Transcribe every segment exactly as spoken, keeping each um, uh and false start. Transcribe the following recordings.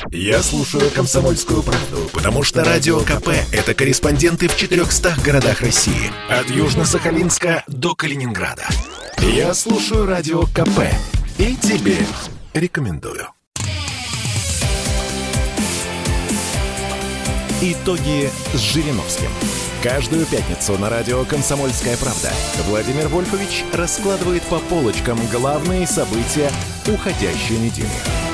Я слушаю «Комсомольскую правду», потому что Радио КП – это корреспонденты в четырехстах городах России. От Южно-Сахалинска до Калининграда. Я слушаю Радио КП и тебе рекомендую. Итоги с Жириновским. Каждую пятницу на радио «Комсомольская правда» Владимир Вольфович раскладывает по полочкам главные события уходящей недели.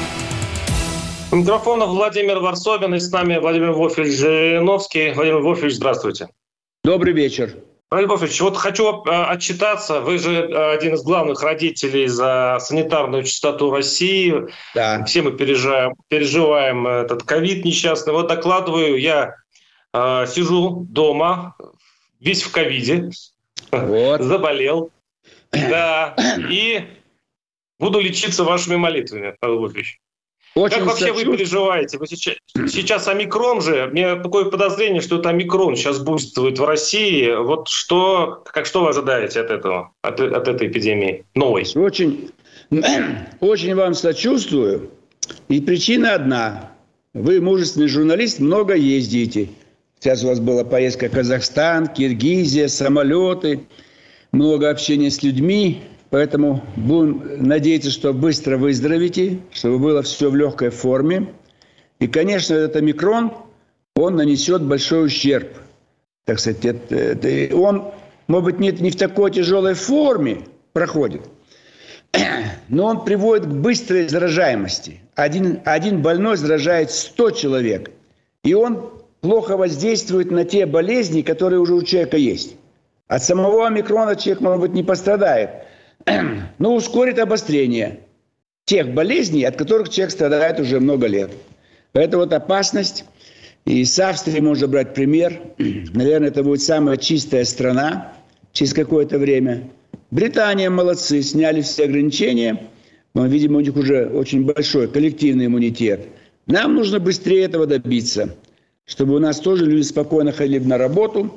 У микрофона Владимир Варсобин, и с нами Владимир Вольфович Жириновский. Владимир Вольфович, здравствуйте. Добрый вечер. Владимир Вольфович, вот хочу отчитаться. Вы же один из главных родителей за санитарную чистоту России. Да. Все мы переживаем, переживаем этот ковид несчастный. Вот докладываю, я э, сижу дома, весь в ковиде, вот. Заболел. Да, и буду лечиться вашими молитвами, Владимир Вольфович. Очень как вообще сочувствую. Вы переживаете? Вы сейчас, сейчас омикрон же, у меня такое подозрение, что это омикрон сейчас буйствует в России. Вот что, как, что вы ожидаете от этого, от, от этой эпидемии новой? Очень, очень вам сочувствую. И причина одна. Вы мужественный журналист, много ездите. Сейчас у вас была поездка в Казахстан, Киргизия, самолеты, много общения с людьми. Поэтому будем надеяться, что быстро выздоровите, чтобы было все в легкой форме. И, конечно, этот омикрон, он нанесет большой ущерб. Так сказать, это, это, он, может быть, не, не в такой тяжелой форме проходит, но он приводит к быстрой заражаемости. Один, один больной заражает сто человек, и он плохо воздействует на те болезни, которые уже у человека есть. От самого омикрона человек, может быть, не пострадает, но ускорит обострение тех болезней, от которых человек страдает уже много лет. Это вот опасность. И с Австрии можно брать пример. Наверное, это будет самая чистая страна через какое-то время. Британия молодцы, сняли все ограничения. Но, видимо, у них уже очень большой коллективный иммунитет. Нам нужно быстрее этого добиться, чтобы у нас тоже люди спокойно ходили на работу,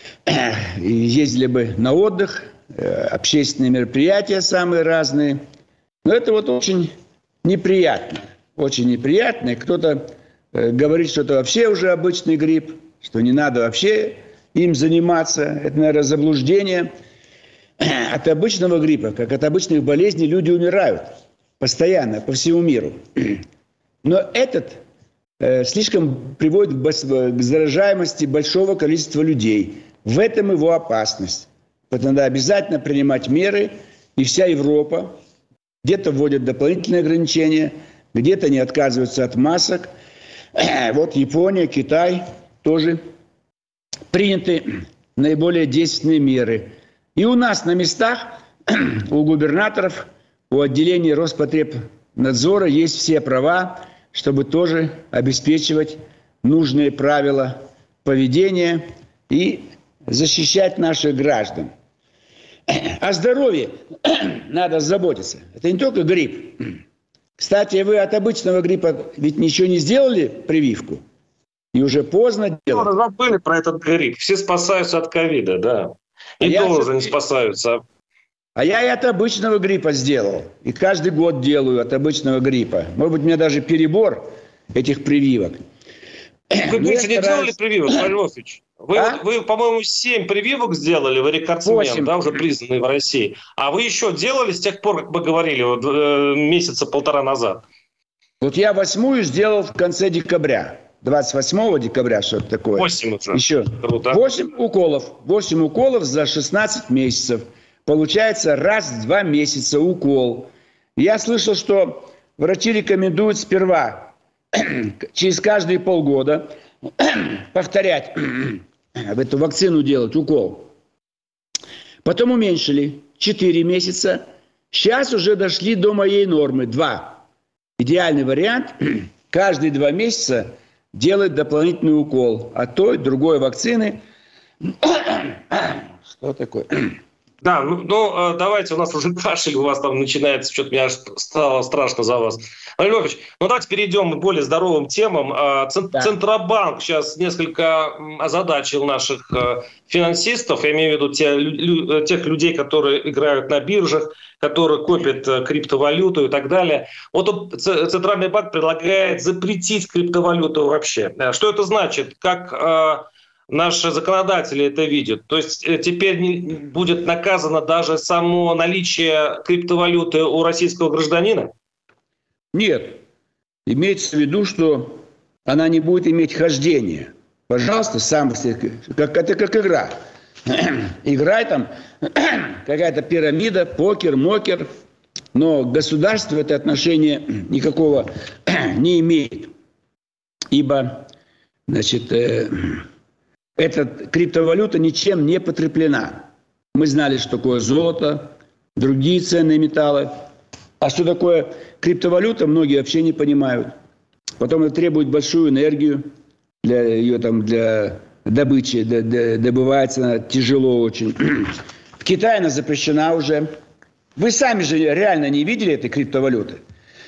ездили бы на отдых, общественные мероприятия самые разные. Но это вот очень неприятно. Очень неприятно. И кто-то э, говорит, что это вообще уже обычный грипп, что не надо вообще им заниматься. Это, наверное, заблуждение. От обычного гриппа, как от обычных болезней, люди умирают постоянно по всему миру. Но этот э, слишком приводит к заражаемости большого количества людей. В этом его опасность. Поэтому надо обязательно принимать меры, и вся Европа где-то вводят дополнительные ограничения, где-то не отказываются от масок. Вот Япония, Китай тоже приняты наиболее действенные меры. И у нас на местах, у губернаторов, у отделений Роспотребнадзора есть все права, чтобы тоже обеспечивать нужные правила поведения и защищать наших граждан. О здоровье надо заботиться. Это не только грипп. Кстати, вы от обычного гриппа ведь ничего не сделали прививку? И уже поздно делать. Ну, забыли про этот грипп. Все спасаются от ковида, да. И а тоже не спасаются. А я и от обычного гриппа сделал. И каждый год делаю от обычного гриппа. Может быть, у меня даже перебор этих прививок. Вы, вы не стараюсь... делали прививок, Владимир Вольфович? Вы, а? вы, по-моему, семь прививок сделали, вы рекордсмен, да, уже признанный в России. А вы еще делали с тех пор, как мы говорили, вот, э, месяца полтора назад? Вот я восьмую сделал в конце декабря. двадцать восьмого декабря, что-то такое. Восемь уже. Еще. Круто. Восемь уколов. Восемь уколов за шестнадцать месяцев. Получается, раз в два месяца укол. Я слышал, что врачи рекомендуют сперва через каждые полгода повторять в эту вакцину делать укол. Потом уменьшили четыре месяца. Сейчас уже дошли до моей нормы два. Идеальный вариант каждые два месяца делать дополнительный укол от той, другой вакцины. Что такое? Да, ну, ну давайте, у нас уже кашель у вас там начинается, что-то мне аж стало страшно за вас. Владимир Львович, ну давайте перейдем к более здоровым темам. Да. Центробанк сейчас несколько озадачил наших финансистов, я имею в виду те, тех людей, которые играют на биржах, которые копят криптовалюту и так далее. Вот Центральный банк предлагает запретить криптовалюту вообще. Что это значит? Как наши законодатели это видят? То есть теперь не будет наказано даже само наличие криптовалюты у российского гражданина? Нет. Имеется в виду, что она не будет иметь хождения. Пожалуйста, сам, как, это как игра. Играй там, какая-то пирамида, покер, мокер, но государство это отношение никакого не имеет. Ибо, значит, э, эта криптовалюта ничем не потреблена. Мы знали, что такое золото, другие ценные металлы. А что такое криптовалюта, многие вообще не понимают. Потом это требует большую энергию для ее там, для добычи. Добывается она тяжело очень. В Китае она запрещена уже. Вы сами же реально не видели этой криптовалюты.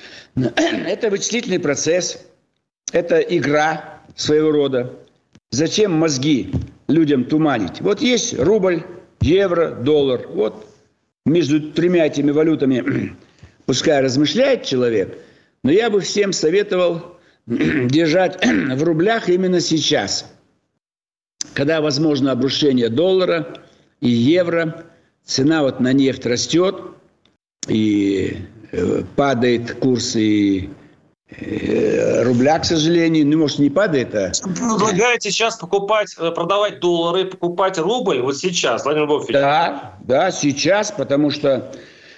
Это вычислительный процесс. Это игра своего рода. Зачем мозги людям туманить? Вот есть рубль, евро, доллар. Вот между тремя этими валютами пускай размышляет человек, но я бы всем советовал держать в рублях именно сейчас, когда возможно обрушение доллара и евро, цена вот на нефть растет, и падает курс и рубля, к сожалению, ну, может, не падает, а... Предлагаете сейчас покупать, продавать доллары, покупать рубль вот сейчас, Владимир Львович? Да, да, сейчас, потому что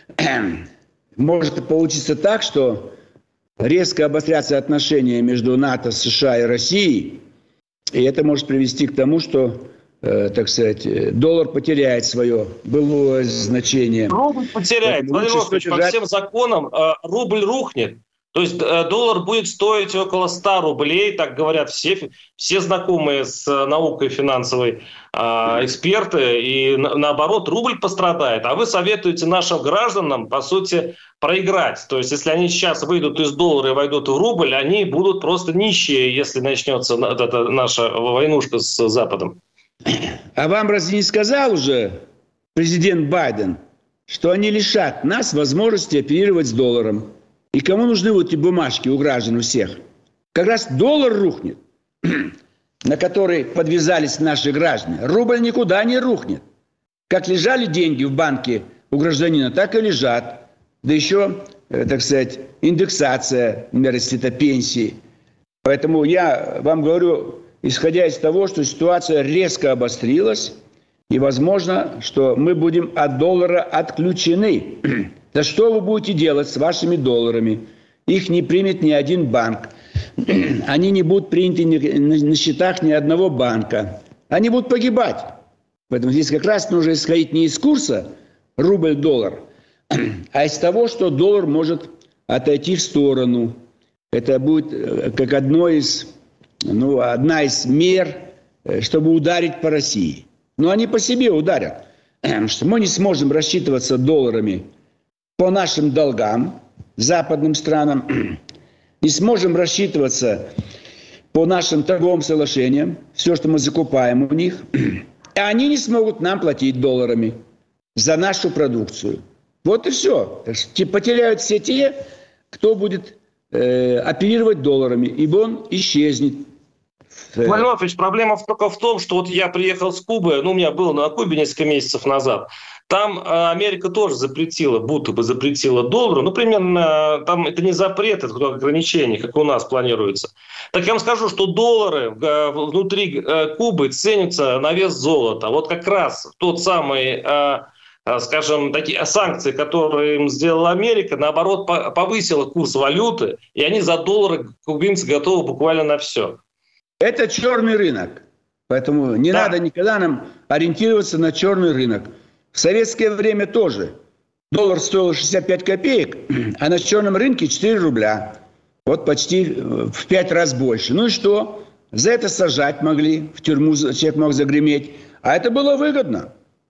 может получиться так, что резко обострятся отношения между НАТО, США и Россией, и это может привести к тому, что, э, так сказать, доллар потеряет свое былое значение. Рубль потеряет. Владимир Львович, по всем законам э, рубль рухнет. То есть э, доллар будет стоить около ста рублей, так говорят все, все знакомые с наукой финансовой э, эксперты, и на, наоборот рубль пострадает. А вы советуете нашим гражданам, по сути, проиграть. То есть если они сейчас выйдут из доллара и войдут в рубль, они будут просто нищие, если начнется эта наша войнушка с Западом. А вам разве не сказал уже президент Байден, что они лишат нас возможности оперировать с долларом? И кому нужны вот эти бумажки у граждан у всех? Как раз доллар рухнет, на который подвязались наши граждане. Рубль никуда не рухнет. Как лежали деньги в банке у гражданина, так и лежат. Да еще, так сказать, индексация, например, если это пенсии. Поэтому я вам говорю, исходя из того, что ситуация резко обострилась, и возможно, что мы будем от доллара отключены. Да что вы будете делать с вашими долларами? Их не примет ни один банк. Они не будут приняты на счетах ни одного банка. Они будут погибать. Поэтому здесь как раз нужно исходить не из курса рубль-доллар, а из того, что доллар может отойти в сторону. Это будет как одно из, ну, одна из мер, чтобы ударить по России. Но они по себе ударят. Что мы не сможем рассчитываться долларами по нашим долгам, западным странам, не сможем рассчитываться по нашим торговым соглашениям, все, что мы закупаем у них, и они не смогут нам платить долларами за нашу продукцию. Вот и все. Потеряют все те, кто будет э, оперировать долларами, ибо он исчезнет. Владимир Владимирович, проблема только в том, что вот я приехал с Кубы, ну, у меня было на Кубе несколько месяцев назад, там э, Америка тоже запретила, будто бы запретила доллар, ну, примерно, там это не запрет, это ограничение, как у нас планируется. Так я вам скажу, что доллары э, внутри э, Кубы ценятся на вес золота. Вот как раз тот самый... Э, скажем, такие санкции, которые им сделала Америка, наоборот, повысила курс валюты, и они за доллары кубинцы готовы буквально на все. Это черный рынок. Поэтому не да. надо никогда нам ориентироваться на черный рынок. В советское время тоже. Доллар стоил шестьдесят пять копеек, а на черном рынке четыре рубля. Вот почти в пять раз больше. Ну и что? За это сажать могли, в тюрьму человек мог загреметь. А это было выгодно.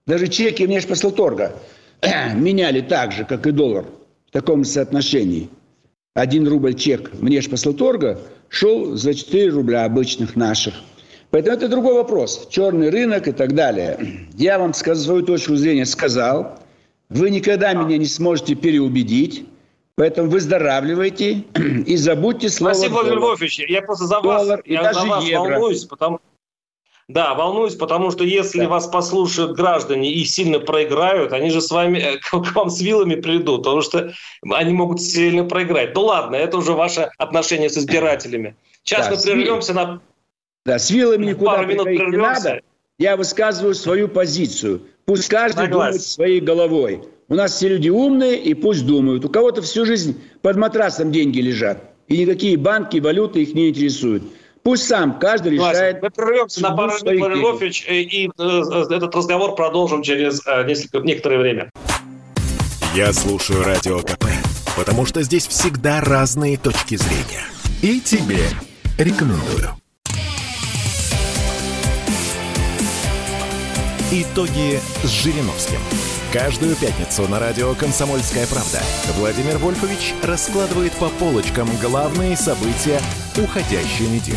Даже чеки Внешпослторга меняли так же, как и доллар, в таком соотношении. Один рубль чек Внешпослторга шел за четыре рубля обычных наших. Поэтому это другой вопрос. Черный рынок и так далее. Я вам сказ- свою точку зрения сказал. Вы никогда меня не сможете переубедить. Поэтому выздоравливайте и забудьте слово Спасибо, Владимир доллар. Вольфович. Я просто за вас, Доллар и я даже за вас евро. волнуюсь, потому... Да, волнуюсь, потому что если Да. вас послушают граждане и сильно проиграют, они же с вами к вам с вилами придут, потому что они могут сильно проиграть. Ну ладно, это уже ваше отношение с избирателями. Сейчас Да, мы прервемся на Да, с вилами никуда пару минут приходить не прервемся. надо. Я высказываю свою позицию. Пусть каждый Согласен. думает своей головой. У нас все люди умные, и пусть думают. У кого-то всю жизнь под матрасом деньги лежат. И никакие банки, валюты их не интересуют. Пусть сам каждый решает. Мы прервемся на пару минут, Владимир денег. Вольфович, и, и э, этот разговор продолжим через э, несколько, некоторое время. Я слушаю Радио КП, потому что здесь всегда разные точки зрения. И тебе рекомендую. Итоги с Жириновским. Каждую пятницу на радио «Комсомольская правда» Владимир Вольфович раскладывает по полочкам главные события уходящей недели.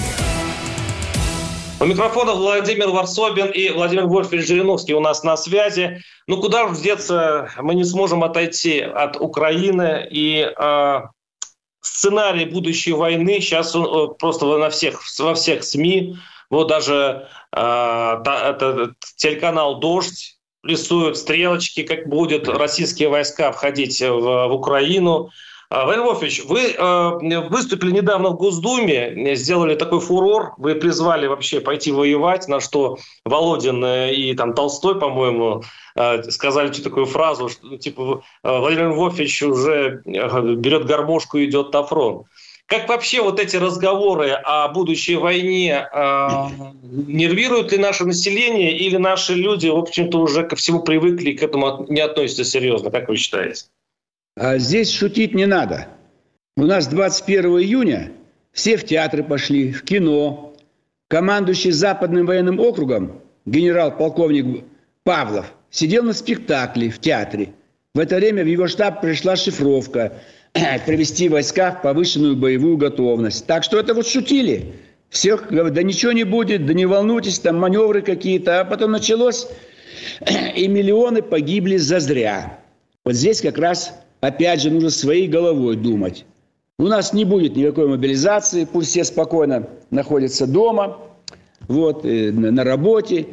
У микрофона Владимир Варсобин и Владимир Вольфович Жириновский у нас на связи. Ну, куда же деться, мы не сможем отойти от Украины. И э, сценарий будущей войны сейчас он, э, просто на всех, во всех СМИ. Вот даже э, та, это, телеканал «Дождь» рисует стрелочки, как будут российские войска входить в, в Украину. Владимир Вольфович, вы э, выступили недавно в Госдуме, сделали такой фурор, вы призвали вообще пойти воевать, на что Володин и там, Толстой, по-моему, э, сказали такую фразу, что типа Владимир Вольфович уже берет гармошку и идет на фронт. Как вообще вот эти разговоры о будущей войне э, нервируют ли наше население, или наши люди, в общем-то, уже ко всему привыкли и к этому не относятся серьезно, как вы считаете? А здесь шутить не надо. У нас двадцать первого июня все в театры пошли, в кино. Командующий Западным военным округом генерал-полковник Павлов сидел на спектакле в театре. В это время в его штаб пришла шифровка привести войска в повышенную боевую готовность. Так что это вот шутили. Всех говорят, да ничего не будет, да не волнуйтесь, там маневры какие-то. А потом началось, и миллионы погибли зазря. Вот здесь как раз, опять же, нужно своей головой думать. У нас не будет никакой мобилизации, пусть все спокойно находятся дома, вот, на работе.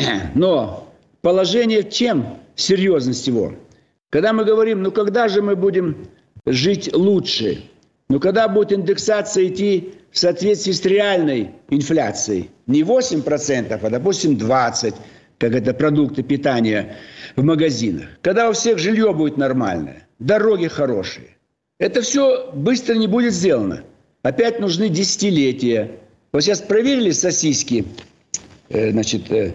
Но положение в чем? Серьезность его. Когда мы говорим, ну когда же мы будем жить лучше? Ну когда будет индексация идти в соответствии с реальной инфляцией? Не восемь процентов, а, допустим, двадцать процентов, как это продукты питания в магазинах. Когда у всех жилье будет нормальное, дороги хорошие. Это все быстро не будет сделано. Опять нужны десятилетия. Вот сейчас проверили сосиски, э, значит, э,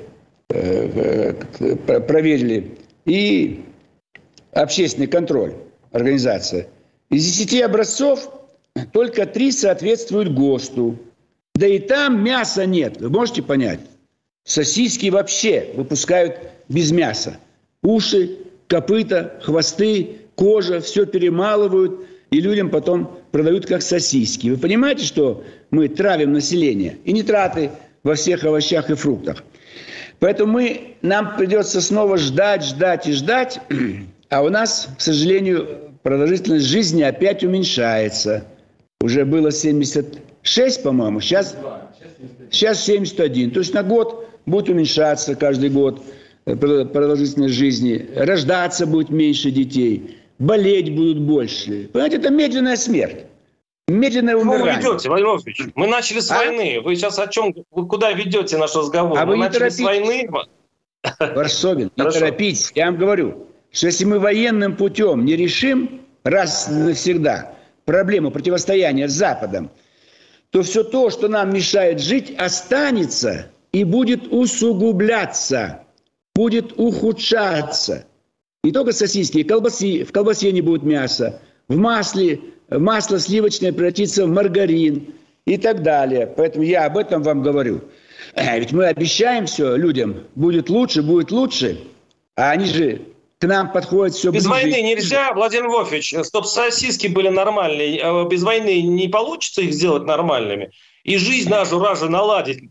э, э, проверили, и общественный контроль, организация. Из десяти образцов только три соответствуют ГОСТу. Да и там мяса нет, вы можете понять? Сосиски вообще выпускают без мяса. Уши, копыта, хвосты, кожа, все перемалывают, и людям потом продают как сосиски. Вы понимаете, что мы травим население? И нитраты во всех овощах и фруктах. Поэтому мы, нам придется снова ждать, ждать и ждать, а у нас, к сожалению, продолжительность жизни опять уменьшается. Уже было семьдесят шесть, по-моему, сейчас, сейчас семьдесят один. То есть на год будет уменьшаться каждый год продолжительность жизни, рождаться будет меньше детей, болеть будут больше. Понимаете, это медленная смерть, медленное умирание. Куда вы ведете, Владимир Вольфович? Мы начали с а? войны. Вы сейчас о чем? Вы куда ведете наш разговор? А мы вы не начали торопитесь. с войны. Варсобин, не торопитесь. Я вам говорю, что если мы военным путем не решим раз и навсегда проблему противостояния с Западом, то все то, что нам мешает жить, останется и будет усугубляться, будет ухудшаться. Не только сосиски, колбасы, в колбасе не будет мяса, в масле, масло сливочное превратится в маргарин и так далее. Поэтому я об этом вам говорю. Ведь мы обещаем все людям, будет лучше, будет лучше. А они же к нам подходят все без ближе. Без войны нельзя, Владимир Львович, чтобы сосиски были нормальные, без войны не получится их сделать нормальными. И жизнь нашу разве наладить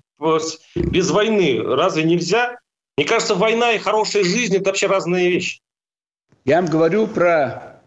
без войны разве нельзя? Мне кажется, война и хорошая жизнь – это вообще разные вещи. Я вам говорю про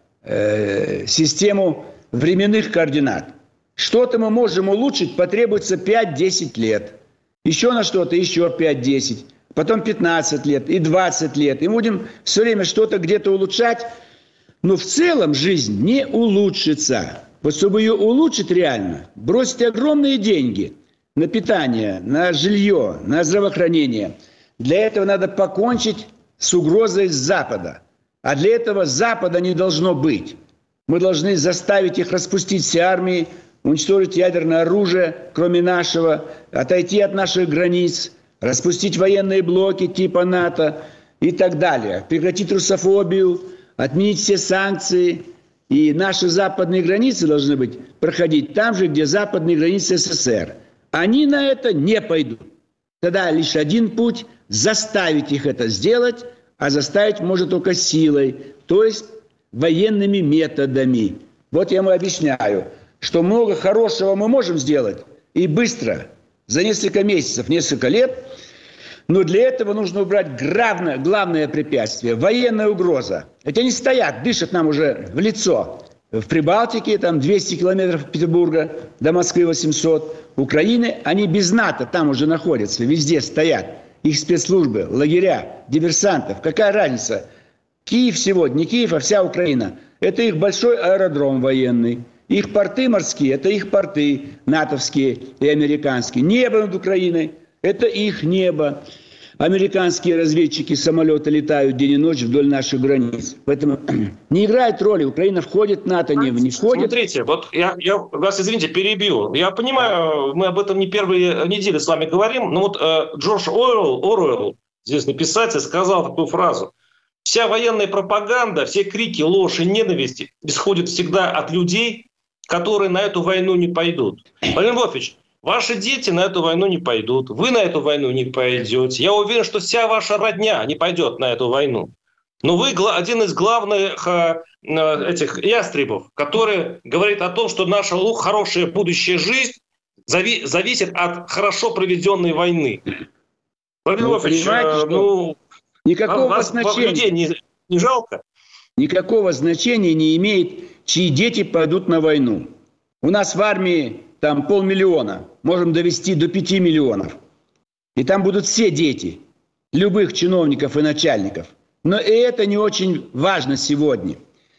э, систему временных координат. Что-то мы можем улучшить, потребуется пять-десять лет. Еще на что-то еще пять-десять. Потом пятнадцать лет и двадцать лет. И будем все время что-то где-то улучшать. Но в целом жизнь не улучшится. Вот чтобы ее улучшить реально, бросить огромные деньги на питание, на жилье, на здравоохранение. Для этого надо покончить с угрозой с Запада. А для этого Запада не должно быть. Мы должны заставить их распустить все армии, уничтожить ядерное оружие, кроме нашего, отойти от наших границ, распустить военные блоки типа НАТО и так далее. Прекратить русофобию, отменить все санкции. И наши западные границы должны быть проходить там же, где западные границы СССР. Они на это не пойдут. Тогда лишь один путь – заставить их это сделать, а заставить можно только силой, то есть военными методами. Вот я ему объясняю, что много хорошего мы можем сделать и быстро, за несколько месяцев, несколько лет, но для этого нужно убрать главное, главное препятствие – военная угроза. Ведь они стоят, дышат нам уже в лицо. В Прибалтике, там двести километров от Петербурга, до Москвы восемьсот. Украины, они без НАТО там уже находятся, везде стоят. Их спецслужбы, лагеря, диверсантов. Какая разница? Киев сегодня, не Киев, а вся Украина. Это их большой аэродром военный. Их порты морские, это их порты натовские и американские. Небо над Украиной, это их небо. Американские разведчики, самолеты летают день и ночь вдоль наших границ. Поэтому не играет роли. Украина входит в НАТО, не, не входит. Смотрите, вот я, я вас, извините, перебью. Я понимаю, мы об этом не первые недели с вами говорим, но вот э, Джордж Оруэлл, Оруэлл, известный писатель, сказал такую фразу. Вся военная пропаганда, все крики, ложь и ненависть исходят всегда от людей, которые на эту войну не пойдут. Владимир Львович, ваши дети на эту войну не пойдут, вы на эту войну не пойдете. Я уверен, что вся ваша родня не пойдет на эту войну. Но вы один из главных этих ястребов, который говорит о том, что наша хорошая будущая жизнь зави- зависит от хорошо проведенной войны. Владимир Львович, ну, никакого вас, значения. Людей не, не жалко? Никакого значения не имеет, чьи дети пойдут на войну. У нас в армии там полмиллиона, можем довести до пяти миллионов. И там будут все дети, любых чиновников и начальников. Но и это не очень важно сегодня.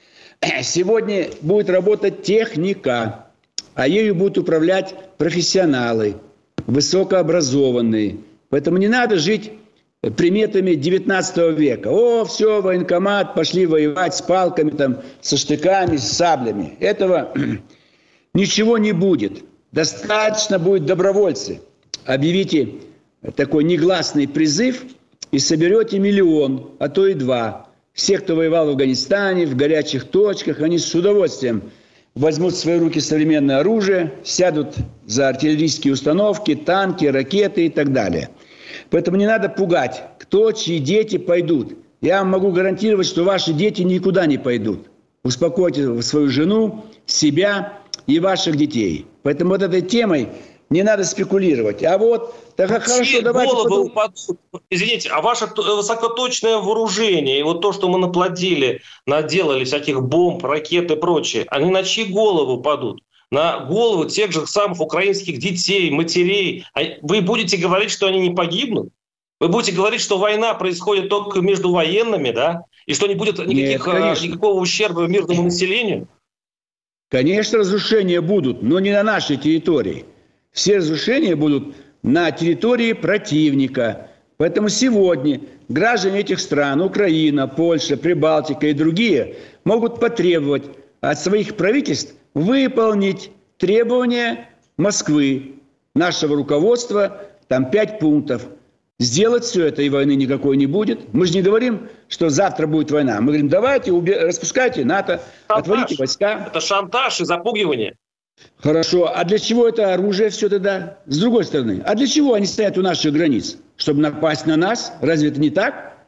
Сегодня будет работать техника, а ею будут управлять профессионалы, высокообразованные. Поэтому не надо жить приметами девятнадцатого века. О, все, военкомат, пошли воевать с палками, там, со штыками, с саблями. Этого ничего не будет. Достаточно будет добровольцы. Объявите такой негласный призыв и соберете миллион, а то и два. Все, кто воевал в Афганистане, в горячих точках, они с удовольствием возьмут в свои руки современное оружие, сядут за артиллерийские установки, танки, ракеты и так далее. Поэтому не надо пугать, кто, чьи дети пойдут. Я вам могу гарантировать, что ваши дети никуда не пойдут. Успокойте свою жену, себя и ваших детей. Поэтому вот этой темой не надо спекулировать. А вот, так хорошо, давайте потом... упадут. Извините, а ваше высокоточное вооружение и вот то, что мы наплодили, наделали всяких бомб, ракет и прочее, они на чьи головы падут? На головы тех же самых украинских детей, матерей. Вы будете говорить, что они не погибнут? Вы будете говорить, что война происходит только между военными, да? И что не будет никаких, Нет, никакого ущерба мирному населению? Конечно, разрушения будут, но не на нашей территории. Все разрушения будут на территории противника. Поэтому сегодня граждане этих стран, Украина, Польша, Прибалтика и другие, могут потребовать от своих правительств выполнить требования Москвы, нашего руководства, там пять пунктов. Сделать все это, и войны никакой не будет. Мы же не говорим, что завтра будет война. Мы говорим, давайте, уби- распускайте НАТО, шантаж. Отводите войска. Это шантаж и запугивание. Хорошо. А для чего это оружие все тогда? С другой стороны. А для чего они стоят у наших границ? Чтобы напасть на нас? Разве это не так?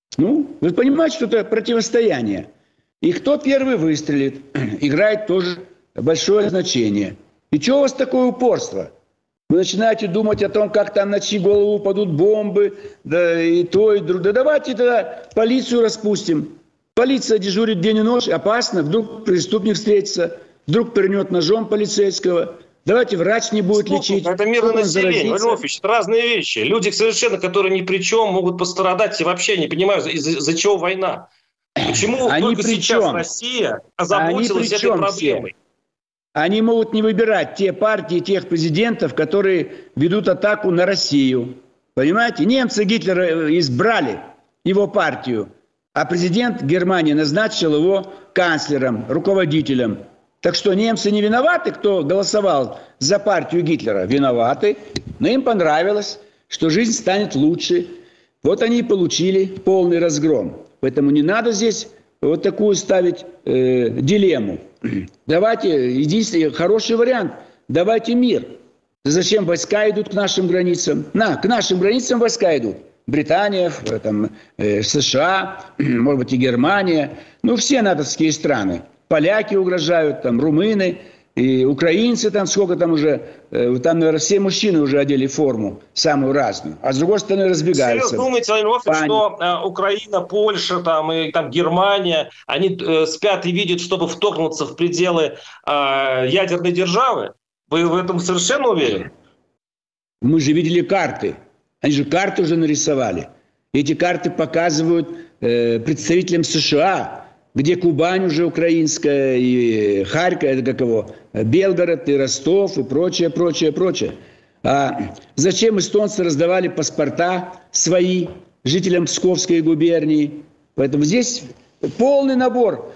Ну, вы понимаете, что это противостояние. И кто первый выстрелит, играет тоже большое значение. И что у вас такое упорство? Вы начинаете думать о том, как там на чьи голову упадут бомбы, да и то, и другое. Да давайте тогда полицию распустим. Полиция дежурит день и ночь, опасно, вдруг преступник встретится, вдруг пырнет ножом полицейского. Давайте врач не будет Сколько? лечить. Это мирное население, Владимир Вольфович, это разные вещи. Люди совершенно, которые ни при чем, могут пострадать и вообще не понимают, из-за, из-за чего война. Почему Они только сейчас чем? Россия озаботилась этой проблемой? Все? Они могут не выбирать те партии, тех президентов, которые ведут атаку на Россию. Понимаете? Немцы Гитлера избрали, его партию, а президент Германии назначил его канцлером, руководителем. Так что немцы не виноваты, кто голосовал за партию Гитлера? Виноваты. Но им понравилось, что жизнь станет лучше. Вот они и получили полный разгром. Поэтому не надо здесь вот такую ставить э, дилемму. Давайте, единственный хороший вариант, давайте мир. Зачем войска идут к нашим границам? На, к нашим границам войска идут. Британия, там, э, США, может быть и Германия. Ну, все натовские страны. Поляки угрожают, там, румыны, и украинцы там, сколько там уже, э, там, наверное, все мужчины уже одели форму, самую разную, а с другой стороны разбегаются. Серьезно думаете, Владимир Вольфович, что э, Украина, Польша, там, и там, Германия, они э, спят и видят, чтобы вторгнуться в пределы э, ядерной державы? Вы в этом совершенно уверены? Мы же видели карты. Они же карты уже нарисовали. Эти карты показывают э, представителям США, где Кубань уже украинская, и Харьков, это как его, Белгород, и Ростов, и прочее, прочее, прочее. А зачем эстонцы раздавали паспорта свои жителям Псковской губернии? Поэтому здесь полный набор.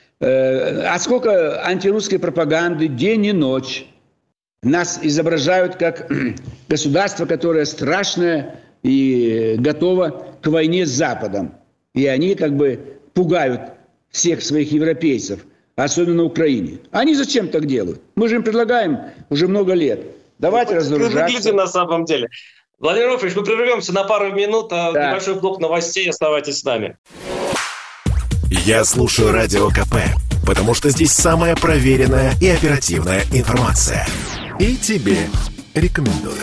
А сколько антирусской пропаганды день и ночь. Нас изображают как государство, которое страшное и готово к войне с Западом. И они как бы пугают всех своих европейцев, особенно на Украине. Они зачем так делают? Мы же им предлагаем уже много лет. Давайте разоружаться. На самом деле. Владимир Вольфович, мы прервемся на пару минут, а да. Небольшой блок новостей. Оставайтесь с нами. Я слушаю Радио КП, потому что здесь самая проверенная и оперативная информация. И тебе рекомендую.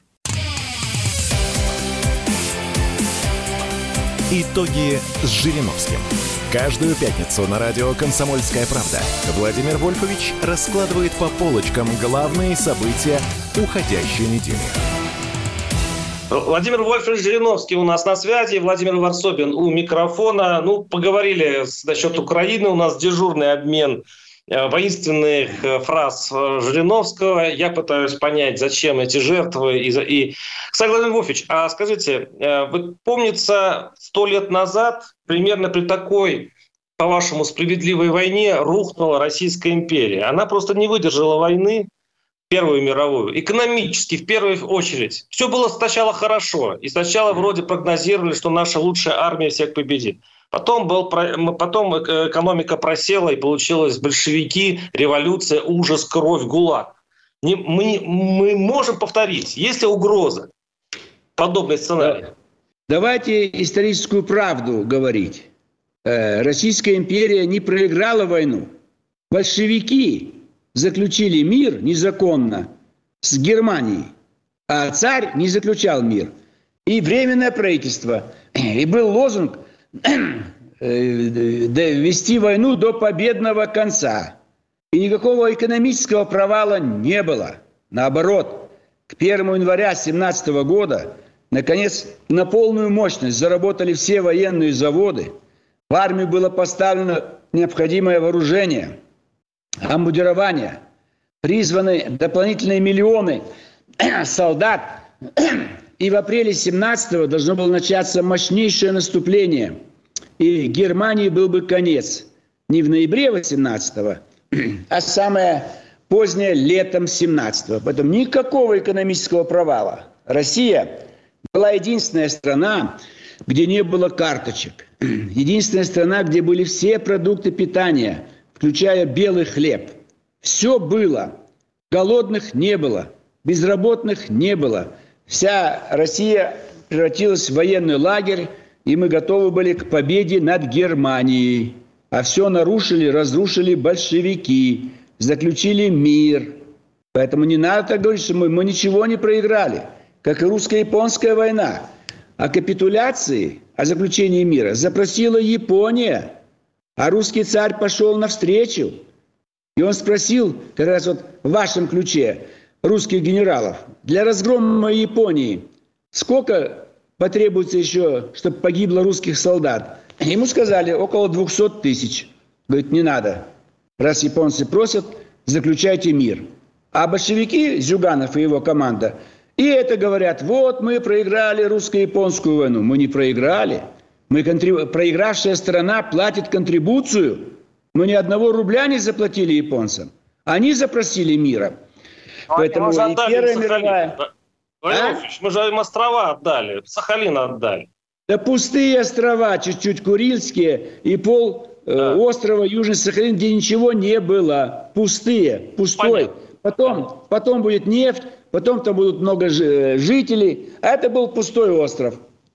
Итоги с Жириновским. Каждую пятницу на радио «Комсомольская правда» Владимир Вольфович раскладывает по полочкам главные события уходящей недели. Владимир Вольфович Жириновский у нас на связи, Владимир Варсобин у микрофона. Ну, поговорили насчет Украины, у нас дежурный обмен воинственных фраз Жириновского. Я пытаюсь понять, зачем эти жертвы. И, и... Кстати, Владимир Вольфович, а скажите, вы помнится, сто лет назад примерно при такой, по-вашему, справедливой войне рухнула Российская империя. Она просто не выдержала войны, Первую мировую, экономически в первую очередь. Все было сначала хорошо. И сначала вроде прогнозировали, что наша лучшая армия всех победит. Потом, был, потом экономика просела, и получилось большевики, революция, ужас, кровь, ГУЛАГ. Не, мы, мы можем повторить, есть ли угроза подобный сценарий? Давайте историческую правду говорить. Российская империя не проиграла войну. Большевики заключили мир незаконно с Германией, а царь не заключал мир. И Временное правительство. И был лозунг вести войну до победного конца. И никакого экономического провала не было. Наоборот, к первому января две тысячи семнадцатого года наконец на полную мощность заработали все военные заводы. В армию было поставлено необходимое вооружение, обмундирование, призваны дополнительные миллионы солдат. И в апреле семнадцатого должно было начаться мощнейшее наступление. И Германии был бы конец. Не в ноябре восемнадцатого, а самое позднее летом семнадцатого. Поэтому никакого экономического провала. Россия была единственная страна, где не было карточек. Единственная страна, где были все продукты питания, включая белый хлеб. Все было. Голодных не было. Безработных не было. Вся Россия превратилась в военный лагерь, и мы готовы были к победе над Германией. А все нарушили, разрушили большевики, заключили мир. Поэтому не надо так говорить, что мы, мы ничего не проиграли, как и русско-японская война. О капитуляции, о заключении мира запросила Япония, а русский царь пошел навстречу. И он спросил, как раз вот в вашем ключе, русских генералов, для разгрома Японии сколько потребуется еще, чтобы погибло русских солдат? Ему сказали, около двухсот тысяч. Говорит, не надо. Раз японцы просят, заключайте мир. А большевики, Зюганов и его команда, и это говорят, вот мы проиграли русско-японскую войну. Мы не проиграли. Мы контриб... Проигравшая страна платит контрибуцию. Мы ни одного рубля не заплатили японцам. Они запросили мира. А Поэтому и Первая мировая... Владимир Владимирович, мы же им острова отдали, Сахалин отдали. Да пустые острова, чуть-чуть Курильские и пол да. э, острова Южный Сахалин, где ничего не было. Пустые, пустой. Понятно. Потом, потом будет нефть, потом там будут много жителей. А это был пустой остров.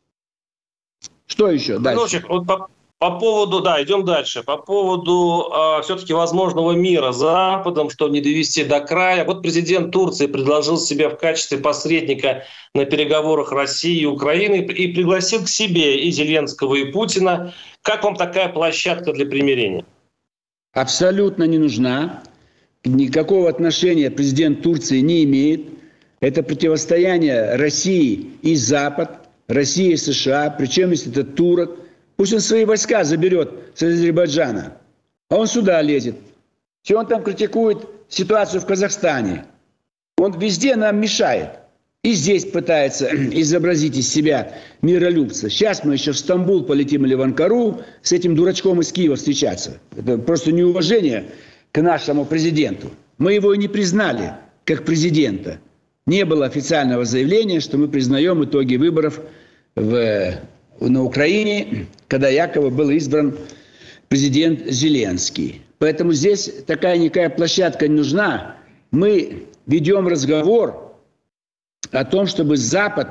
Что еще дальше? Вот по, по поводу, да, идем дальше. По поводу э, все-таки возможного мира с Западом, что не довести до края. Вот президент Турции предложил себя в качестве посредника на переговорах России и Украины и пригласил к себе и Зеленского, и Путина. Как вам такая площадка для примирения? Абсолютно не нужна. Никакого отношения президент Турции не имеет. Это противостояние России и Запад, России и США. Причем, если это турок, пусть он свои войска заберет с Азербайджана. А он сюда лезет. Все он там критикует ситуацию в Казахстане. Он везде нам мешает. И здесь пытается изобразить из себя миролюбца. Сейчас мы еще в Стамбул полетим или в Анкару с этим дурачком из Киева встречаться. Это просто неуважение к нашему президенту. Мы его и не признали как президента. Не было официального заявления, что мы признаем итоги выборов в, на Украине, когда якобы был избран президент Зеленский. Поэтому здесь такая-никакая площадка не нужна. Мы ведем разговор о том, чтобы Запад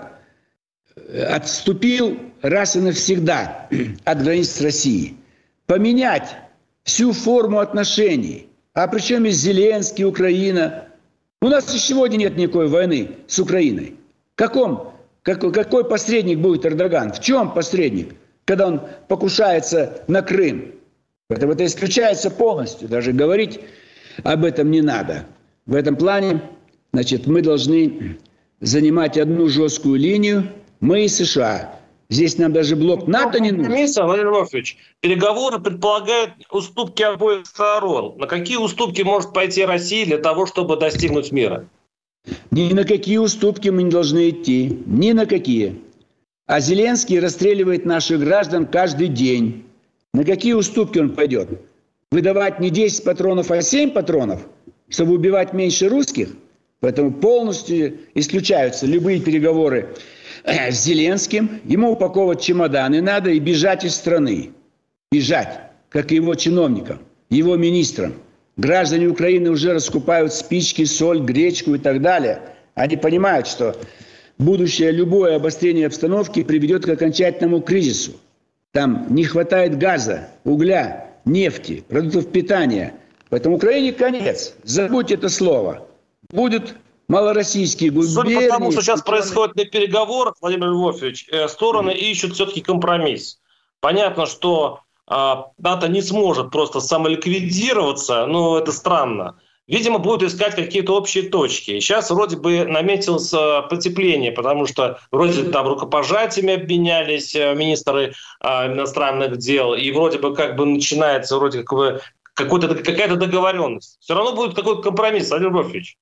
отступил раз и навсегда от границ России. Поменять всю форму отношений. А причем и Зеленский, Украина. У нас и сегодня нет никакой войны с Украиной. Каком, как, какой посредник будет Эрдоган? В чем посредник, когда он покушается на Крым? Поэтому это исключается полностью. Даже говорить об этом не надо. В этом плане, значит, мы должны занимать одну жесткую линию. Мы и США. Здесь нам даже блок НАТО не нужен. Владимир Вольфович, переговоры предполагают уступки обоих сторон. На какие уступки может пойти Россия для того, чтобы достигнуть мира? Ни на какие уступки мы не должны идти. Ни на какие. А Зеленский расстреливает наших граждан каждый день. На какие уступки он пойдет? Выдавать не десять патронов, а семь патронов, чтобы убивать меньше русских? Поэтому полностью исключаются любые переговоры с Зеленским. Ему упаковывать чемоданы надо и бежать из страны. Бежать, как и его чиновникам, его министрам. Граждане Украины уже раскупают спички, соль, гречку и так далее. Они понимают, что будущее любое обострение обстановки приведет к окончательному кризису. Там не хватает газа, угля, нефти, продуктов питания. Поэтому Украине конец. Забудьте это слово. Будет малороссийские губернии. Судя по тому, что сейчас происходит на переговорах, Владимир Львович, стороны ищут все-таки компромисс. Понятно, что э, НАТО не сможет просто самоликвидироваться, но это странно. Видимо, будут искать какие-то общие точки. Сейчас вроде бы наметилось потепление, потому что вроде там рукопожатиями обменялись министры э, иностранных дел, и вроде бы как бы начинается вроде как бы какая-то договоренность. Все равно будет какой-то компромисс, Владимир Львович.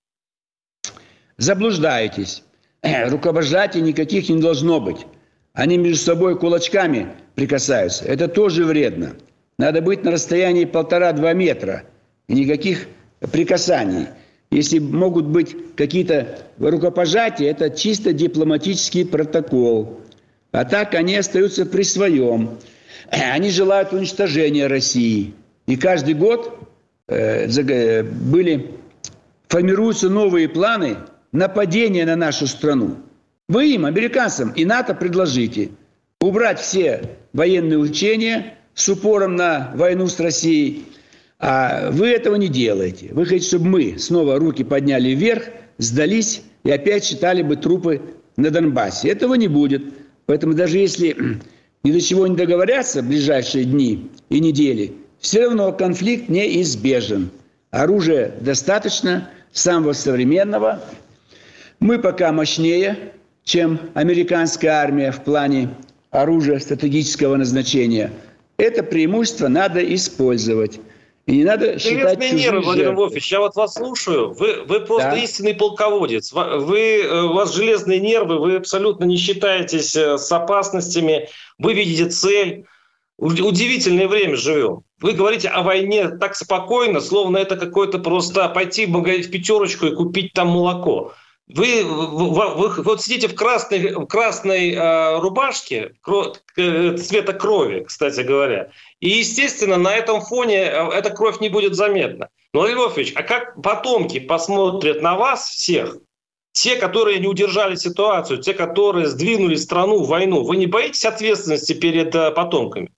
Заблуждаетесь. Рукопожатий никаких не должно быть. Они между собой кулачками прикасаются. Это тоже вредно. Надо быть на расстоянии полтора-два метра. И никаких прикасаний. Если могут быть какие-то рукопожатия, это чисто дипломатический протокол. А так они остаются при своем. Они желают уничтожения России. И каждый год э, были, формируются новые планы нападения на нашу страну. Вы им, американцам и НАТО, предложите. убрать все военные учения с упором на войну с Россией. А вы этого не делаете. Вы хотите, чтобы мы снова руки подняли вверх, сдались и опять считали бы трупы на Донбассе. Этого не будет. Поэтому даже если ни до чего не договорятся в ближайшие дни и недели, все равно конфликт неизбежен. Оружия достаточно, самого современного. Мы пока мощнее, чем американская армия в плане оружия стратегического назначения. Это преимущество надо использовать. И не надо считать чужие нервы, Владимир Вольфович, я вот вас слушаю. Вы, вы просто да. истинный полководец. Вы, у вас железные нервы, вы абсолютно не считаетесь с опасностями. Вы видите цель. Удивительное время живем. Вы говорите о войне так спокойно, словно это какое-то просто пойти в магазин, в пятерочку и купить там молоко. Вы, вы, вы, вы вот сидите в красной, в красной э, рубашке кро, э, цвета крови, кстати говоря. И, естественно, на этом фоне эта кровь не будет заметна. Но, Владимир Вольфович, а как потомки посмотрят на вас всех, те, которые не удержали ситуацию, те, которые сдвинули страну в войну, вы не боитесь ответственности перед э, потомками?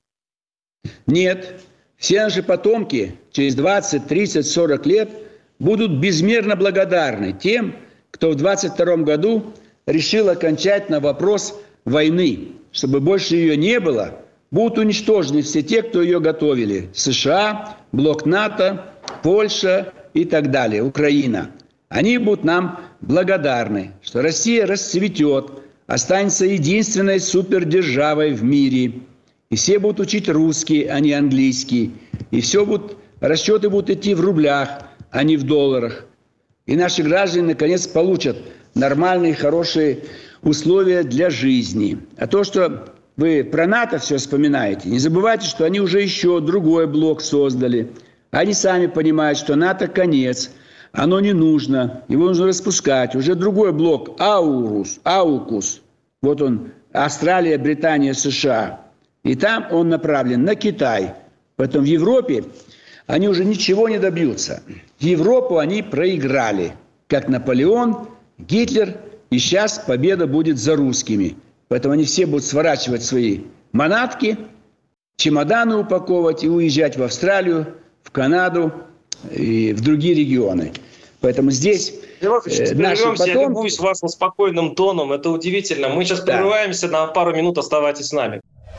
Нет. Все наши потомки через двадцать, тридцать, сорок лет будут безмерно благодарны тем, кто в двадцать втором году решил окончательно вопрос войны. Чтобы больше ее не было, будут уничтожены все те, кто ее готовили. США, блок НАТО, Польша и так далее, Украина. Они будут нам благодарны, что Россия расцветет, останется единственной супердержавой в мире. И все будут учить русский, а не английский. И все будут, расчеты будут идти в рублях, а не в долларах. И наши граждане, наконец, получат нормальные, хорошие условия для жизни. А то, что вы про НАТО все вспоминаете, не забывайте, что они уже еще другой блок создали. Они сами понимают, что НАТО конец, оно не нужно, его нужно распускать. Уже другой блок, Аурус, Аукус, вот он, Австралия, Британия, США. И там он направлен на Китай. Поэтому в Европе они уже ничего не добьются. Европу они проиграли, как Наполеон, Гитлер, и сейчас победа будет за русскими. Поэтому они все будут сворачивать свои манатки, чемоданы упаковывать и уезжать в Австралию, в Канаду и в другие регионы. Поэтому здесь э, наши потомки... Я любуюсь вашим спокойным тоном, это удивительно. Мы сейчас да. прерываемся на пару минут, оставайтесь с нами.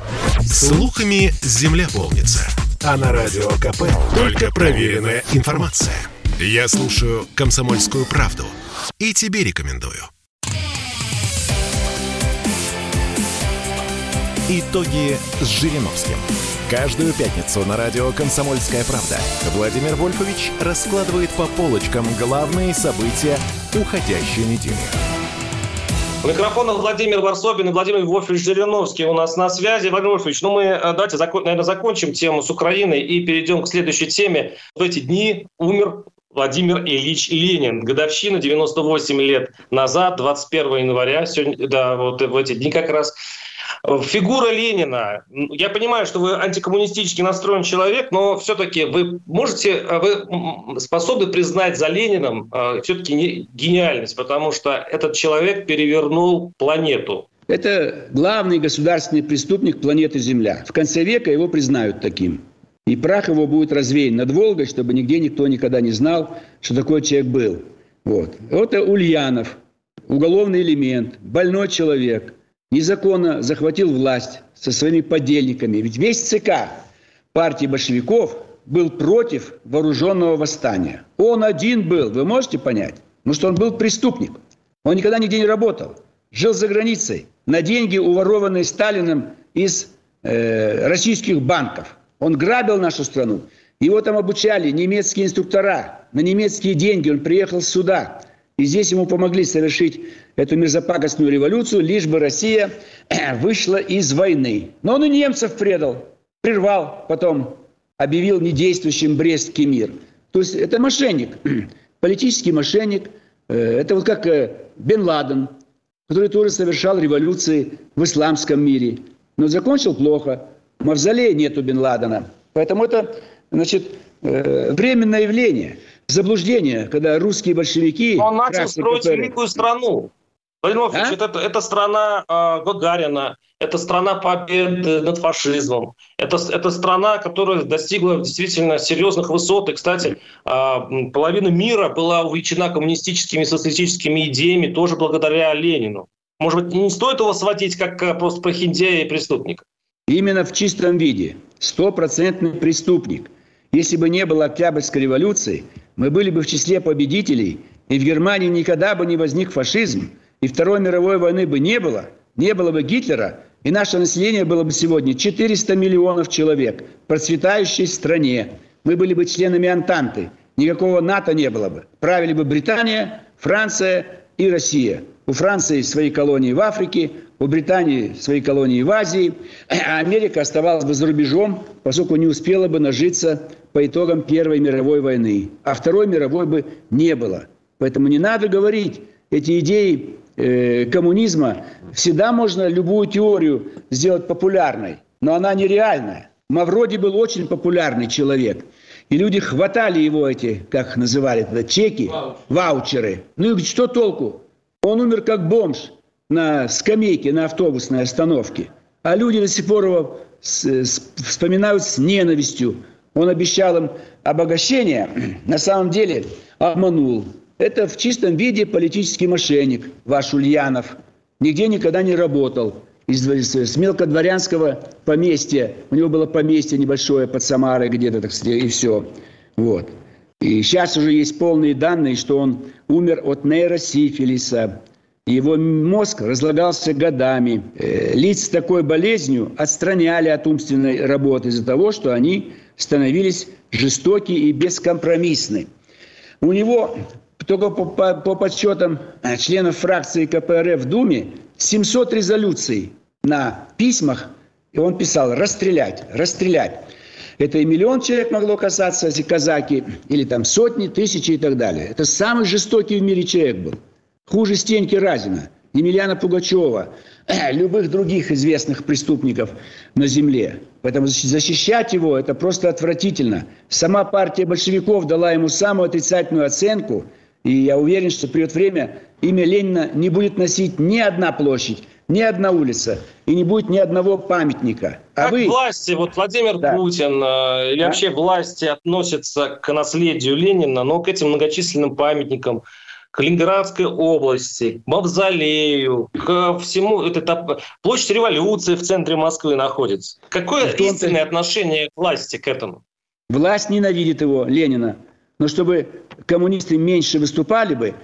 Слухами земля полнится. А на Радио КП только проверенная информация. Я слушаю «Комсомольскую правду» и тебе рекомендую. Итоги с Жириновским. Каждую пятницу на радио «Комсомольская правда» Владимир Вольфович раскладывает по полочкам главные события уходящей недели. У микрофона Владимир Варсобин и Владимир Вольфович Жириновский у нас на связи. Владимир Вольфович, ну мы давайте, наверное, закончим тему с Украиной и перейдем к следующей теме. В эти дни умер Владимир Ильич Ленин. Годовщина девяносто восемь лет назад, двадцать первого января, сегодня, да, вот в эти дни как раз. Фигура Ленина. Я понимаю, что вы антикоммунистически настроен человек, но все-таки вы можете, вы способны признать за Лениным все-таки гениальность, потому что этот человек перевернул планету. Это главный государственный преступник планеты Земля. В конце века его признают таким. И прах его будет развеян над Волгой, чтобы нигде никто никогда не знал, что такой человек был. Вот. Это Ульянов, уголовный элемент, больной человек. Незаконно захватил власть со своими подельниками. Ведь весь ЦК партии большевиков был против вооруженного восстания. Он один был, вы можете понять? Потому что он был преступник. Он никогда нигде не работал. Жил за границей на деньги, уворованные Сталиным из э, российских банков. Он грабил нашу страну. Его там обучали немецкие инструктора. На немецкие деньги он приехал сюда. И здесь ему помогли совершить эту мерзопакостную революцию, лишь бы Россия вышла из войны. Но он и немцев предал, прервал, потом объявил недействующим Брестский мир. То есть это мошенник, политический мошенник. Это вот как Бен Ладен, который тоже совершал революции в исламском мире. Но закончил плохо. В мавзолее нету Бен Ладена. Поэтому это, значит, временное явление. Заблуждение, когда русские большевики... Он начал строить великую страну. Владимир Владимирович, а? это, это страна э, Гагарина, это страна победы над фашизмом, это, это страна, которая достигла действительно серьезных высот. И, кстати, э, половина мира была увлечена коммунистическими и социалистическими идеями тоже благодаря Ленину. Может быть, не стоит его сводить как просто прохиндея и преступника? Именно в чистом виде. Стопроцентный преступник. Если бы не было Октябрьской революции, мы были бы в числе победителей, и в Германии никогда бы не возник фашизм, и Второй мировой войны бы не было, не было бы Гитлера, и наше население было бы сегодня четыреста миллионов человек в процветающей стране. Мы были бы членами Антанты, никакого НАТО не было бы. Правили бы Британия, Франция и Россия. У Франции свои колонии в Африке, у Британии свои колонии в Азии, а Америка оставалась бы за рубежом, поскольку не успела бы нажиться по итогам Первой мировой войны. А Второй мировой бы не было. Поэтому не надо говорить эти идеи э, коммунизма. Всегда можно любую теорию сделать популярной, но она нереальная. Мавроди был очень популярный человек. И люди хватали его эти, как называли это, чеки, ваучеры. Ну и что толку? Он умер как бомж на скамейке на автобусной остановке. А люди до сих пор его вспоминают с ненавистью. Он обещал им обогащение, на самом деле обманул. Это в чистом виде политический мошенник, ваш Ульянов. Нигде никогда не работал. Из, с мелкодворянского поместья. У него было поместье небольшое под Самарой где-то, так сказать, и все. Вот. И сейчас уже есть полные данные, что он умер от нейросифилиса. Его мозг разлагался годами. Лиц с такой болезнью отстраняли от умственной работы из-за того, что они становились жестокие и бескомпромиссны. У него, только по, по, по подсчетам членов фракции ка пэ эр эф в Думе, семьсот резолюций на письмах, и он писал «расстрелять, расстрелять». Это и миллион человек могло касаться, эти казаки, или там сотни, тысячи и так далее. Это самый жестокий в мире человек был. Хуже Стеньки Разина, Емельяна Пугачева, любых других известных преступников на земле. Поэтому защищать его – это просто отвратительно. Сама партия большевиков дала ему самую отрицательную оценку, и я уверен, что придет время, имя Ленина не будет носить ни одна площадь, ни одна улица, и не будет ни одного памятника. А как вы... власти, вот Владимир да. Путин э, или а? вообще власти относятся к наследию Ленина, но к этим многочисленным памятникам, к Ленинградской области, к Мавзолею, к всему. Это площадь Революции в центре Москвы находится. Какое а истинное отношение власти к этому? Власть ненавидит его, Ленина. Но чтобы коммунисты меньше выступали бы,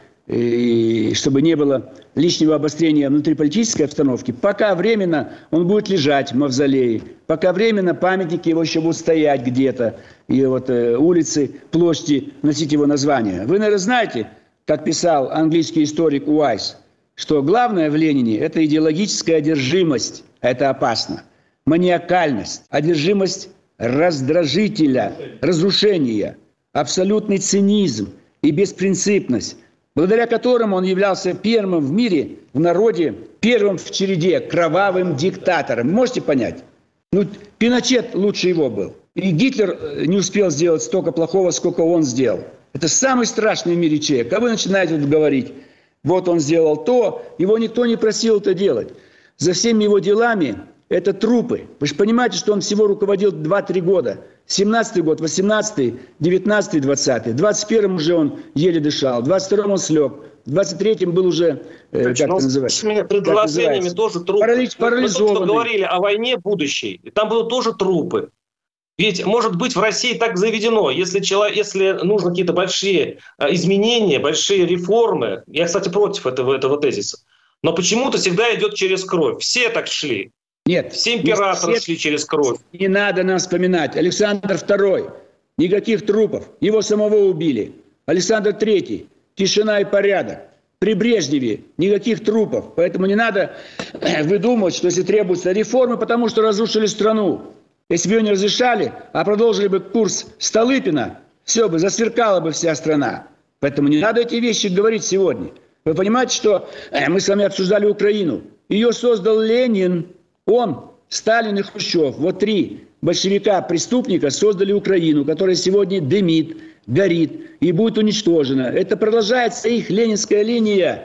и чтобы не было лишнего обострения внутриполитической обстановки, пока временно он будет лежать в мавзолее, пока временно памятники его еще будут стоять где-то, и вот э, улицы, площади носить его название. Вы, наверное, знаете, как писал английский историк Уайс, что главное в Ленине – это идеологическая одержимость, а это опасно, маниакальность, одержимость раздражителя, разрушения, абсолютный цинизм и беспринципность, благодаря которому он являлся первым в мире, в народе, первым в череде кровавым диктатором. Можете понять? Ну, Пиночет лучше его был. И Гитлер не успел сделать столько плохого, сколько он сделал. Это самый страшный в мире человек. А вы начинаете вот говорить, вот он сделал то, его никто не просил это делать. За всеми его делами это трупы. Вы же понимаете, что он всего руководил два-три года. семнадцатый год, восемнадцатый, девятнадцатый, двадцатый. В двадцать первом уже он еле дышал, в двадцать втором он слег, в двадцать третьем был уже, э, как это называется? С предложениями тоже трупы. Паралич, парализованный. Мы говорили о войне будущей, там были тоже трупы. Ведь, может быть, в России так заведено, если, человек, если нужны какие-то большие изменения, большие реформы, я, кстати, против этого, этого тезиса, но почему-то всегда идет через кровь. Все так шли. Нет. Все императоры все... шли через кровь. Не надо нам вспоминать. Александр Второй. Никаких трупов. Его самого убили. Александр Третий. Тишина и порядок. При Брежневе никаких трупов. Поэтому не надо выдумывать, что если требуются реформы, потому что разрушили страну. Если бы ее не разрешали, а продолжили бы курс Столыпина, все бы, засверкала бы вся страна. Поэтому не надо эти вещи говорить сегодня. Вы понимаете, что мы с вами обсуждали Украину. Ее создал Ленин. Он, Сталин и Хрущев. Вот три большевика-преступника создали Украину, которая сегодня дымит, горит и будет уничтожена. Это продолжается их ленинская линия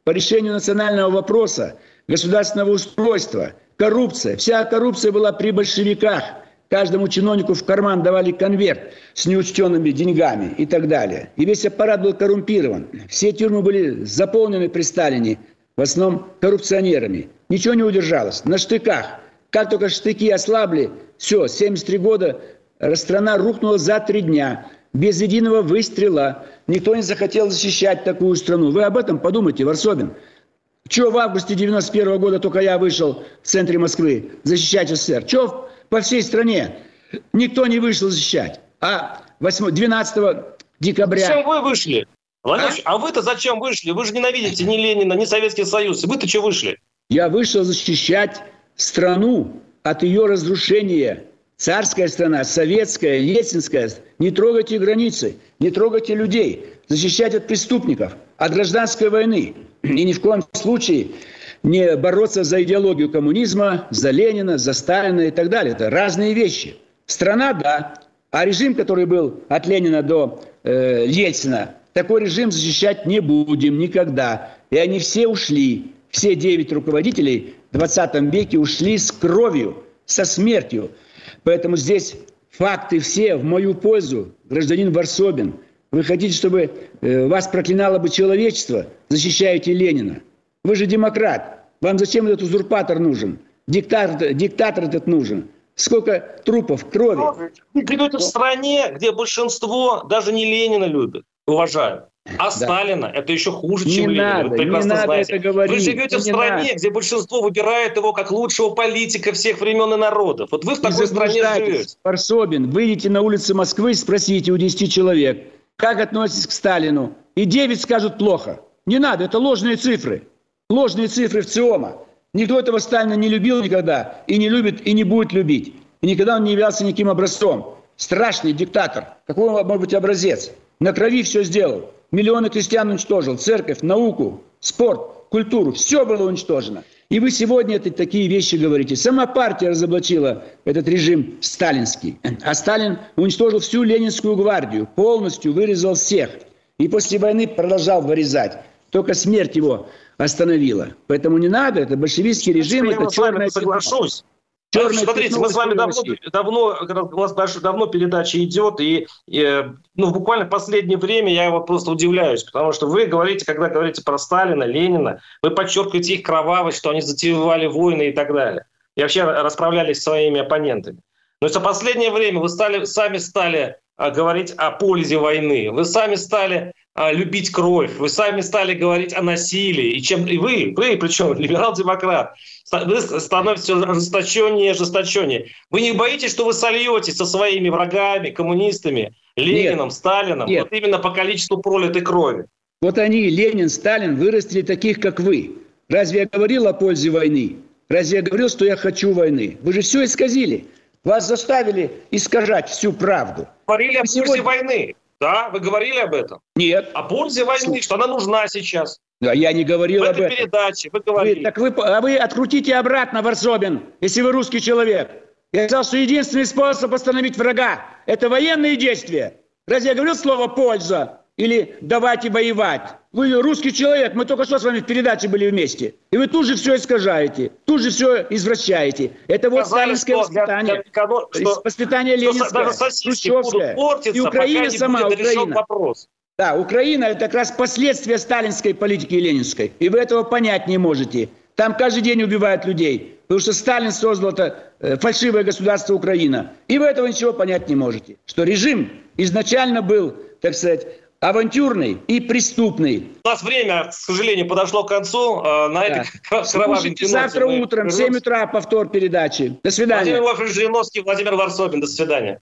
по решению национального вопроса, государственного устройства, коррупция. Вся коррупция была при большевиках. Каждому чиновнику в карман давали конверт с неучтенными деньгами и так далее. И весь аппарат был коррумпирован. Все тюрьмы были заполнены при Сталине, в основном коррупционерами. Ничего не удержалось. На штыках. Как только штыки ослабли, все, семьдесят три года, страна рухнула за три дня. Без единого выстрела. Никто не захотел защищать такую страну. Вы об этом подумайте, Варсобин. Чего в августе девяносто первого года только я вышел в центре Москвы защищать СССР? Чего по всей стране никто не вышел защищать? А двенадцатого декабря... Зачем вы вышли? Владимир, а? а вы-то зачем вышли? Вы же ненавидите ни Ленина, ни Советский Союз. Вы-то что вышли? Я вышел защищать страну от ее разрушения. Царская страна, советская, ельцинская. Не трогайте границы, не трогайте людей. Защищать от преступников, от гражданской войны. И ни в коем случае не бороться за идеологию коммунизма, за Ленина, за Сталина и так далее. Это разные вещи. Страна, да. А режим, который был от Ленина до э, Ельцина, такой режим защищать не будем никогда. И они все ушли. Все девять руководителей в двадцатом веке ушли с кровью, со смертью. Поэтому здесь факты все в мою пользу, гражданин Варсобин. Вы хотите, чтобы э, вас проклинало бы человечество, защищаете Ленина? Вы же демократ. Вам зачем этот узурпатор нужен? Диктатор, диктатор этот нужен. Сколько трупов, крови. Вы живете в стране, где большинство даже не Ленина любит, уважают. А да. Сталина это еще хуже, чем не Ленина. Надо, не надо это говорить. Вы живете не в стране, надо. где большинство выбирает его как лучшего политика всех времен и народов. Вот вы в такой стране живете. Варсобин, выйдите на улицы Москвы и спросите у десяти человек, как относитесь к Сталину. И девять скажут плохо. Не надо, это ложные цифры. Ложные цифры в ЦИОМа. Никто этого Сталина не любил никогда, и не любит, и не будет любить. И никогда он не являлся никаким образцом. Страшный диктатор. Какой он может быть образец? На крови все сделал. Миллионы крестьян уничтожил. Церковь, науку, спорт, культуру. Все было уничтожено. И вы сегодня это, такие вещи говорите. Сама партия разоблачила этот режим сталинский. А Сталин уничтожил всю Ленинскую гвардию. Полностью вырезал всех. И после войны продолжал вырезать. Только смерть его остановила. Поэтому не надо. Это большевистский режим. Это черная соглашусь. Черный Смотрите, мы с вами давно, давно, у нас даже давно передача идет, и, и ну, буквально в последнее время я вот просто удивляюсь, потому что вы говорите, когда говорите про Сталина, Ленина, вы подчеркиваете их кровавость, что они затевали войны и так далее. И вообще расправлялись с своими оппонентами. Но за последнее время вы стали, сами стали а, говорить о пользе войны, вы сами стали а, любить кровь, вы сами стали говорить о насилии. И, чем, и вы, вы, причем либерал-демократ, вы становитесь все ожесточеннее и ожесточеннее. Вы не боитесь, что вы сольетесь со своими врагами, коммунистами, Лениным, нет, Сталином, нет. Вот именно по количеству пролитой крови? Вот они, Ленин, Сталин, вырастили таких, как вы. Разве я говорил о пользе войны? Разве я говорил, что я хочу войны? Вы же все исказили. Вас заставили искажать всю правду. Говорили о пользе сегодня... войны. Да, вы говорили об этом? Нет. О пользе войны, что она нужна сейчас. Да, я не говорил в об этом. В этой передаче вы говорили. Вы, так вы, а вы открутите обратно, Варсобин, если вы русский человек. Я сказал, что единственный способ остановить врага – это военные действия. Разве я говорил слово «польза» или «давайте воевать»? Вы русский человек, мы только что с вами в передаче были вместе. И вы тут же все искажаете, тут же все извращаете. Это вот Сказали, сталинское воспитание. Для, для, что, воспитание ленинское, хрущевское. И Украина сама, Украина. Вопрос. Да, Украина – это как раз последствия сталинской политики и ленинской. И вы этого понять не можете. Там каждый день убивают людей. Потому что Сталин создал это э, фальшивое государство Украина. И вы этого ничего понять не можете. Что режим изначально был, так сказать, авантюрный и преступный. У нас время, к сожалению, подошло к концу. Э, на да. этой кровавенькой завтра мы... утром в семь утра повтор передачи. До свидания. Владимир Вольфович Жириновский, Владимир Варсобин. До свидания.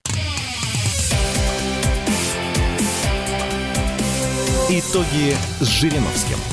Итоги с Жириновским.